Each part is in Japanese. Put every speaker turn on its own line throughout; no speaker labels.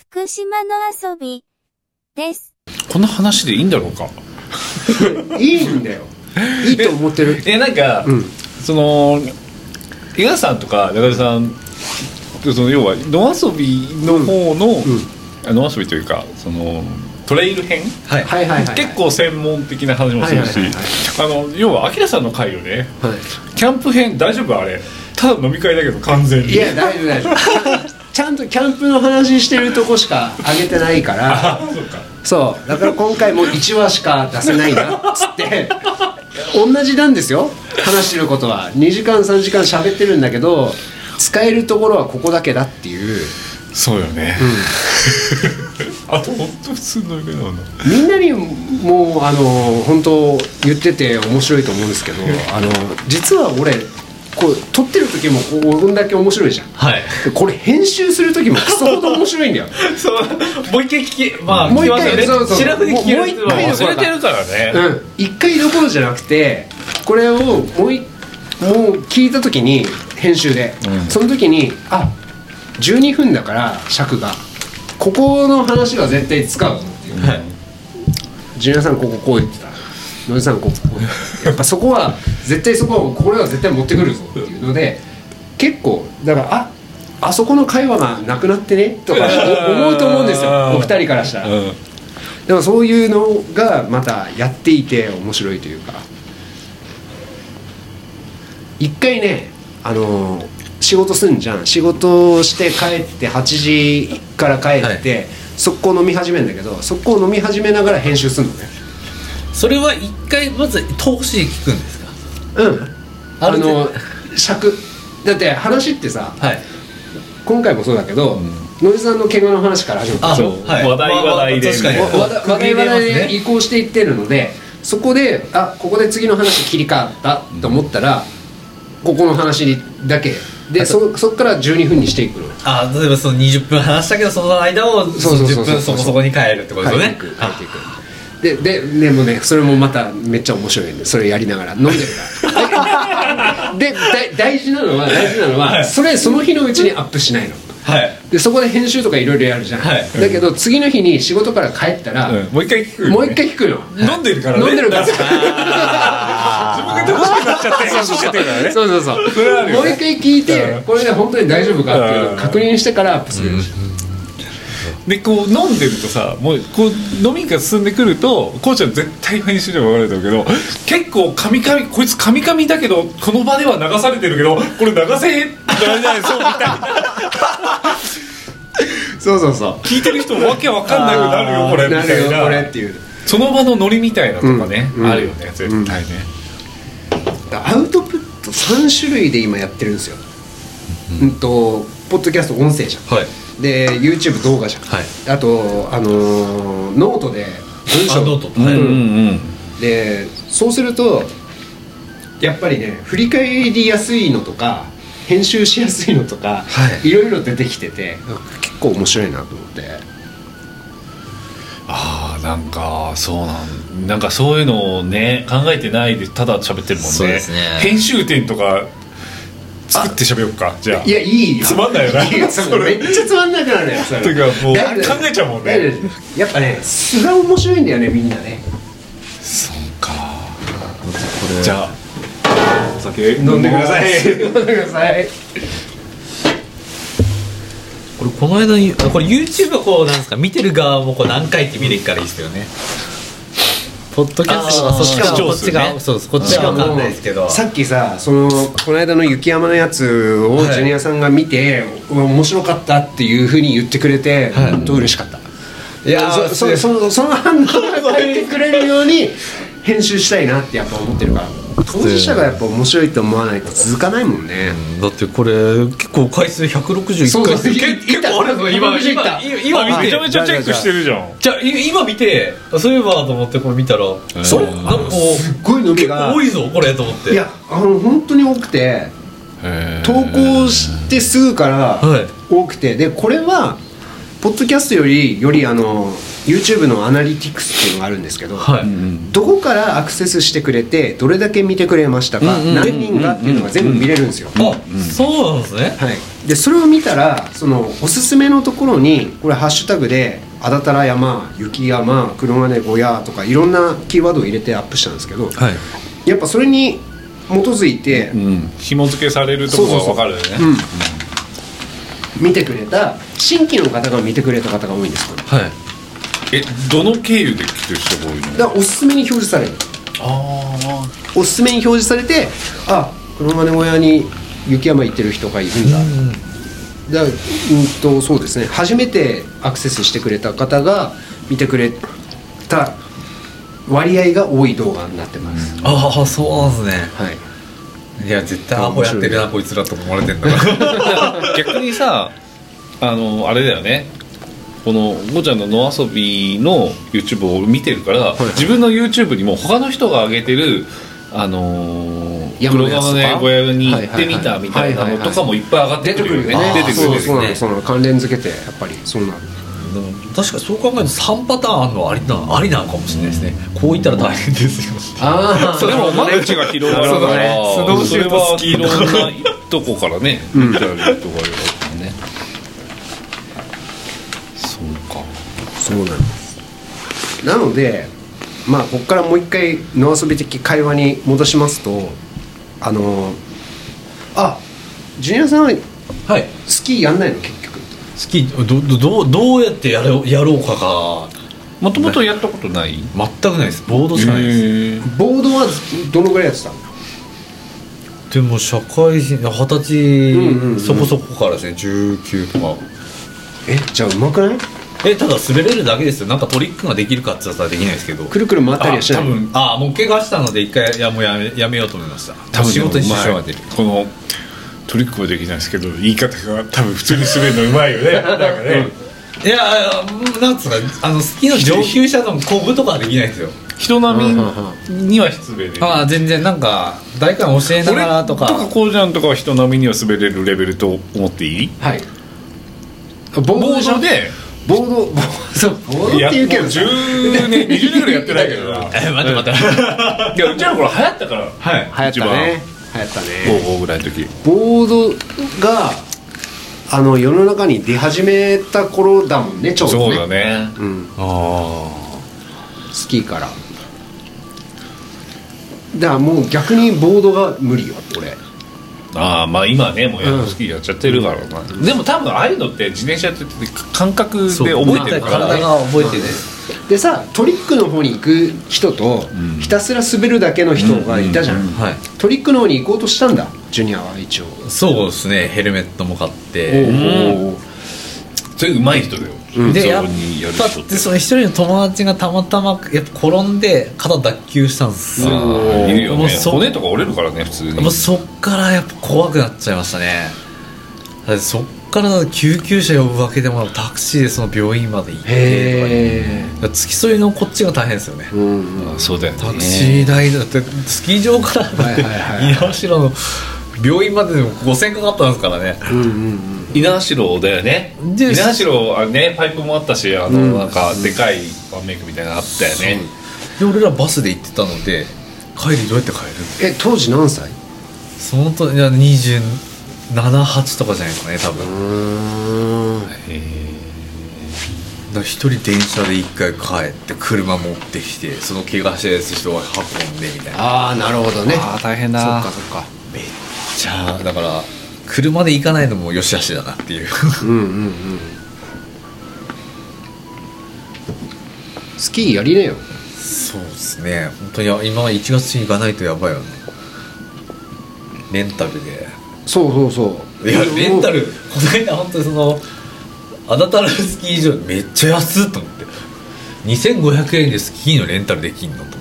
福島の遊びです。
こんな話でいいんだろうか。
いいんだよ。いいと思ってる。
なんか、その伊賀さんとか中田さん、その要は野遊びの方の、野遊びというかそのトレイル編、結構専門的な話もするし、要はアキラさんの回よね、キャンプ編大丈夫？あれただ飲み会だけど完全に。
いや大丈夫大丈夫。ちゃんとキャンプの話してるとこしか上げてないからそうだから今回も1話しか出せないなっつって同じなんですよ、話してることは2時間3時間喋ってるんだけど使えるところはここだけだっていう。
そうよね、あと本当普通の飲み会なんだ。
みんなにも本当言ってて面白いと思うんですけど実は俺こう撮ってる時もこんだけ面白いじゃん、これ編集する時もクソほど面白いんだよ。
そうもう一回聞き、
もう一回ね、
シラフで聞ける。
もう一回
忘れてるからね。
一回どころじゃなくてこれをもう聞いた時に編集で、その時に12分だから尺がここの話は絶対使うっていう、ジュニアさんこう言ってた、野地さんこうやっぱそこは絶対これは絶対持ってくるぞっていうので結構だからあそこの会話がなくなってねとか思うと思うんですよお二人からしたら、でもそういうのがまたやっていて面白いというか。一回ね仕事すんじゃん、仕事して帰って8時から帰って、速攻飲み始めるんだけど速攻飲み始めながら編集するのね。
それは一回まず通しで聞くんですか？
尺だって話ってさ、今回もそうだけど、野地さんの怪我の話から始まった
話題で
話題で移行していってるので、そこでここで次の話切り替わったと思ったら、ここの話だけでそっから12分にしていくの。
例えばその20分話したけどその間を10分そこそこに変えるってことですよね。
変えていくでもねそれもまためっちゃ面白いんでそれやりながら飲んでるからで大事なのはその日のうちにアップしないの、でそこで編集とかいろいろやるじゃん、だけど次の日に仕事から帰ったら、
もう一回聞くの、飲んでるからね、
飲んでるから
自分が楽しくなっちゃって編集してるからね。
そうもう一回聞いてこれで本当に大丈夫かっていうのを確認してからアップする。
でこう飲んでるとさ、もうこう飲みが進んでくるとこうちゃん絶対編集でも分かれてるけど、結構こいつカミカミだけどこの場では流されてるけどこれ流せないそうみたいなそう聞いてる人もわけわかんなくなるよこれみたいな、
これっていう
その場のノリみたいなとかね、あるよね絶対ね。
アウトプット3種類で今やってるんですよ。ポッドキャスト音声じゃん、で YouTube 動画じゃん、あとノートで文章で、そうするとやっぱりね振り返りやすいのとか編集しやすいのとか、いろいろ出てきてて結構面白いなと思って。
なんかなんかそういうのをね考えてないでただ喋ってるもんね。
そうですね。
編集点とか作って喋ろうかじゃあ。
いやいいよ。
つまんないよな。
めっちゃつまんなくなるよそれ。
てかもう考えちゃうもんね。
やっぱね素が面白いんだよねみんなね。
そうか。じゃあお酒
飲んでください。
これこの間にこれ YouTube はこうなんですか、見てる側もこう何回って見れるからいいですよね。ポッドキャストはそっちがこっちがそうです、こっちが分かんないですけど、
さっきさこの間の雪山のやつをジュニアさんが見て、面白かったっていうふうに言ってくれて、本当嬉しかった。いやその反応が返ってくれるように編集したいなってやっぱ思ってるから、当事者がやっぱ面白いと思わないと続かないもんね。
だってこれ結構回数161回結構あるぞ。今見て
めちゃめちゃチェックしてるじゃん。
じゃあ今見てそういえばと思ってこれ見たら
そうすっごい伸びが
多いぞこれと思って。
いや本当に多くて、投稿してすぐから多くて、でこれはポッドキャストよりYouTube のアナリティクスっていうのがあるんですけど、どこからアクセスしてくれてどれだけ見てくれましたか、何人がっていうのが全部見れるんですよ。
そうなんですね。
でそれを見たらそのおすすめのところにこれハッシュタグであだたら山、雪山、黒金小屋とかいろんなキーワードを入れてアップしたんですけど、はい、やっぱそれに基づいて、
紐付けされるところが分かるよね。
見てくれた新規の方が見てくれた方が多いんですよ、
はい、どの経由で来てる人が多いの？
だからおすすめに表示される。おすすめに表示されて、あ、黒金小屋に雪山行ってる人がいるんだ、そうですね、初めてアクセスしてくれた方が見てくれた割合が多い動画になってます。
ああ、そうなんですね。
はい。
いや絶対アホやってるなこいつらと思われてんだから
逆にさ、あれだよね、このごちゃんの野遊びの YouTube を見てるから、はい、自分の YouTube にも他の人が上げてる黒金小屋に行ってみたみたいなのとかもいっぱい上がってくるよね。出てくるよね。
その関連付けてやっぱりそうなる。
確かにそう考えると3パターンあるのはありなのかもしれないですね。こういったら大変ですよ。
でも間口が広がるから、スノーシューとスキーのいろんなとこからね見たりとかいうね。
そうか。そうなんです。なので、まあここからもう一回野遊び的会話に戻しますと、ジュニアさんはスキーやんないの結局。
スキーどうやってやろうかが
もともとやったことない？
全くないです。ボードしかないです。
ボードはどのぐらいやってたの？
でも社会人20歳そこそこからですね、19とか。
じゃあうまくない？
ただ滑れるだけですよ。なんかトリックができるかって言ったらできないですけど、
くるくる回ったりはしない。
多分もう怪我したので一回もうやめようと思いました。多分仕事に支障が出る。
このトリックはできないですけど言い方が多分普通に滑るのうまいよね。なんかね、
いやなんつうかスキーの上級者のコブとかはできないですよ。
人並みには滑れる。
全然なんか誰かに教えながらとか。
俺とかこうじゃんとかは人並みには滑れるレベルと思っていい？
はい。
ボードで。
ボードって言うけど
10年20年ぐらいやってないけどな。
待って
いやうちらの頃流行ったから。
はい、流行ったね。
高校ぐらいの時
ボードが世の中に出始めた頃だもんね、ちょうどね。
そうだね。
スキーからだからもう逆にボードが無理よ俺。
まあ今ねもうスキーやっちゃってるからな、でも多分ああいうのって自転車やってて感覚で覚えてるから
体が覚えてね。
でさ、トリックの方に行く人とひたすら滑るだけの人がいたじゃん。トリックの方に行こうとしたんだジュニアは一応。
そうですね、ヘルメットも買って
それ上手い人だよ。
でやっぱってその一人の友達がたまたまやっぱ転んで肩脱臼したんですよ。
いるよね。骨とか折れるからね普通に。
もうそっからやっぱ怖くなっちゃいましたね。だってそっから救急車呼ぶわけでもタクシーでその病院まで行ってとか、付き添いのこっちが大変ですよね。
そうだよね。
タクシー代だってスキー場から猪苗代の病院まででも5000かかったんですからね。
猪苗代だよね。猪苗代ね、パイプもあったしなんかでかいワンメイクみたいなのあったよね。
で俺らバスで行ってたので帰りどうやって帰る？
当時何歳？
そのと27、8とかじゃないですかね多分。一人電車で一回帰って車持ってきてその怪我したやつ人が運んでみたいな。
なるほどね。
大変だ。
そっか
めっちゃだから車で行かないのもよしあしだなっていう。
スキーやりねよ。
そうですね、本当に今1月に行かないとやばいよね。レンタルで。
そう
いやレンタルこの間本当にそのあだたらスキー場めっちゃ安っと思って2500円でスキーのレンタルできんのと思って。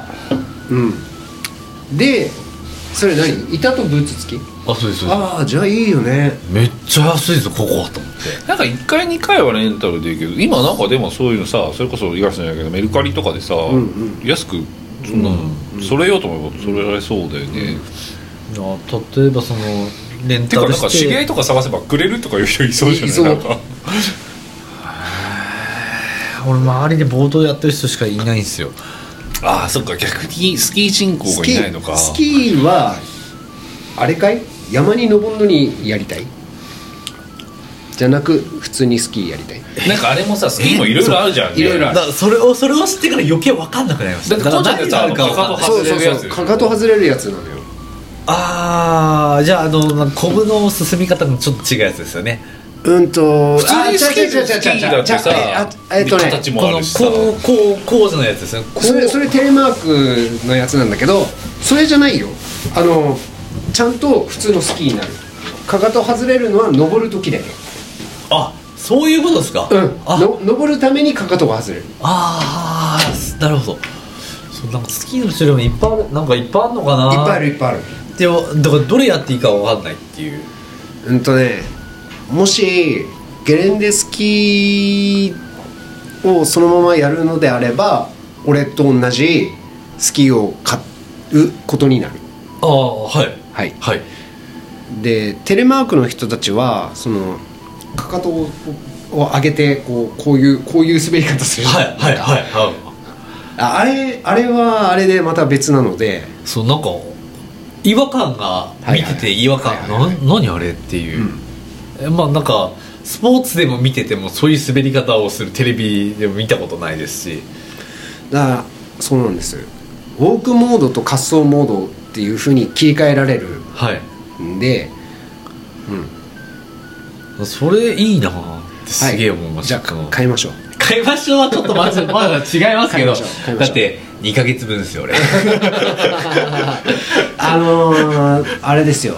でそれ何？板とブーツ付き？
そうです。
じゃあいいよね。
めっちゃ安いですよここはと思って。
なんか1回2回はレンタルでいいけど今なんかでもそういうのさ、それこそ東じゃないけどメルカリとかでさ、安くそんな揃えようと思えば揃えられそうだよね。
例えばそのレンタルして
なんか知り合いとか探せばくれるとかいう人いそうじゃない？なんか
俺周りでボードやってる人しかいないんですよ。
そっか、逆にスキー人口がいないのか。
スキーはあれかい？山に登るのにやりたい？ じゃなく普通にスキーやりたい。
なんかあれもさスキーもいろいろあるじゃんね。
いろいろある。
だからそれを知ってから余計分かんなくなりました。
だってこうちゃんってさかかと外れるやつ。
かかと外れるやつなのよ。
じゃあコブの進み方がちょっと違うやつですよね。
普通にスキーだってさ形もあるしさ、
こうじゃないやつですね。
それテレマークのやつなんだけど、それじゃないよ。ちゃんと普通のスキーになる。かかと外れるのは登る時だけ。
あ、そういうことですか。
登るためにかかとが外れる。
なるほど。そうなんかスキーの種類もいっぱいある、なんかいっぱいあるのかな。
いっぱいあるいっぱいある。
でもだからどれやっていいか分かんないっていう。
もしゲレンデスキーをそのままやるのであれば、俺と同じスキーを買うことになる。
はい
でテレマークの人たちはそのかかとを上げてこういう滑り方する。あれはあれでまた別なので、
そうなんか違和感が見てて違和感、何あれっていう、まあなんかスポーツでも見ててもそういう滑り方をするテレビでも見たことないですし、
だからそうなんです。ウォークモードと滑走モードっていう風に切り替えられるんで、
それいいなってすげえ思いました。
じゃあ買いましょう。
買いましょうはちょっとまだ違いますけどだって2ヶ月分ですよ俺
あれですよ、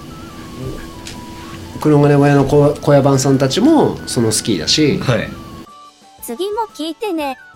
黒金小屋の小屋番さんたちもそのスキーだし、
次も聞いてね。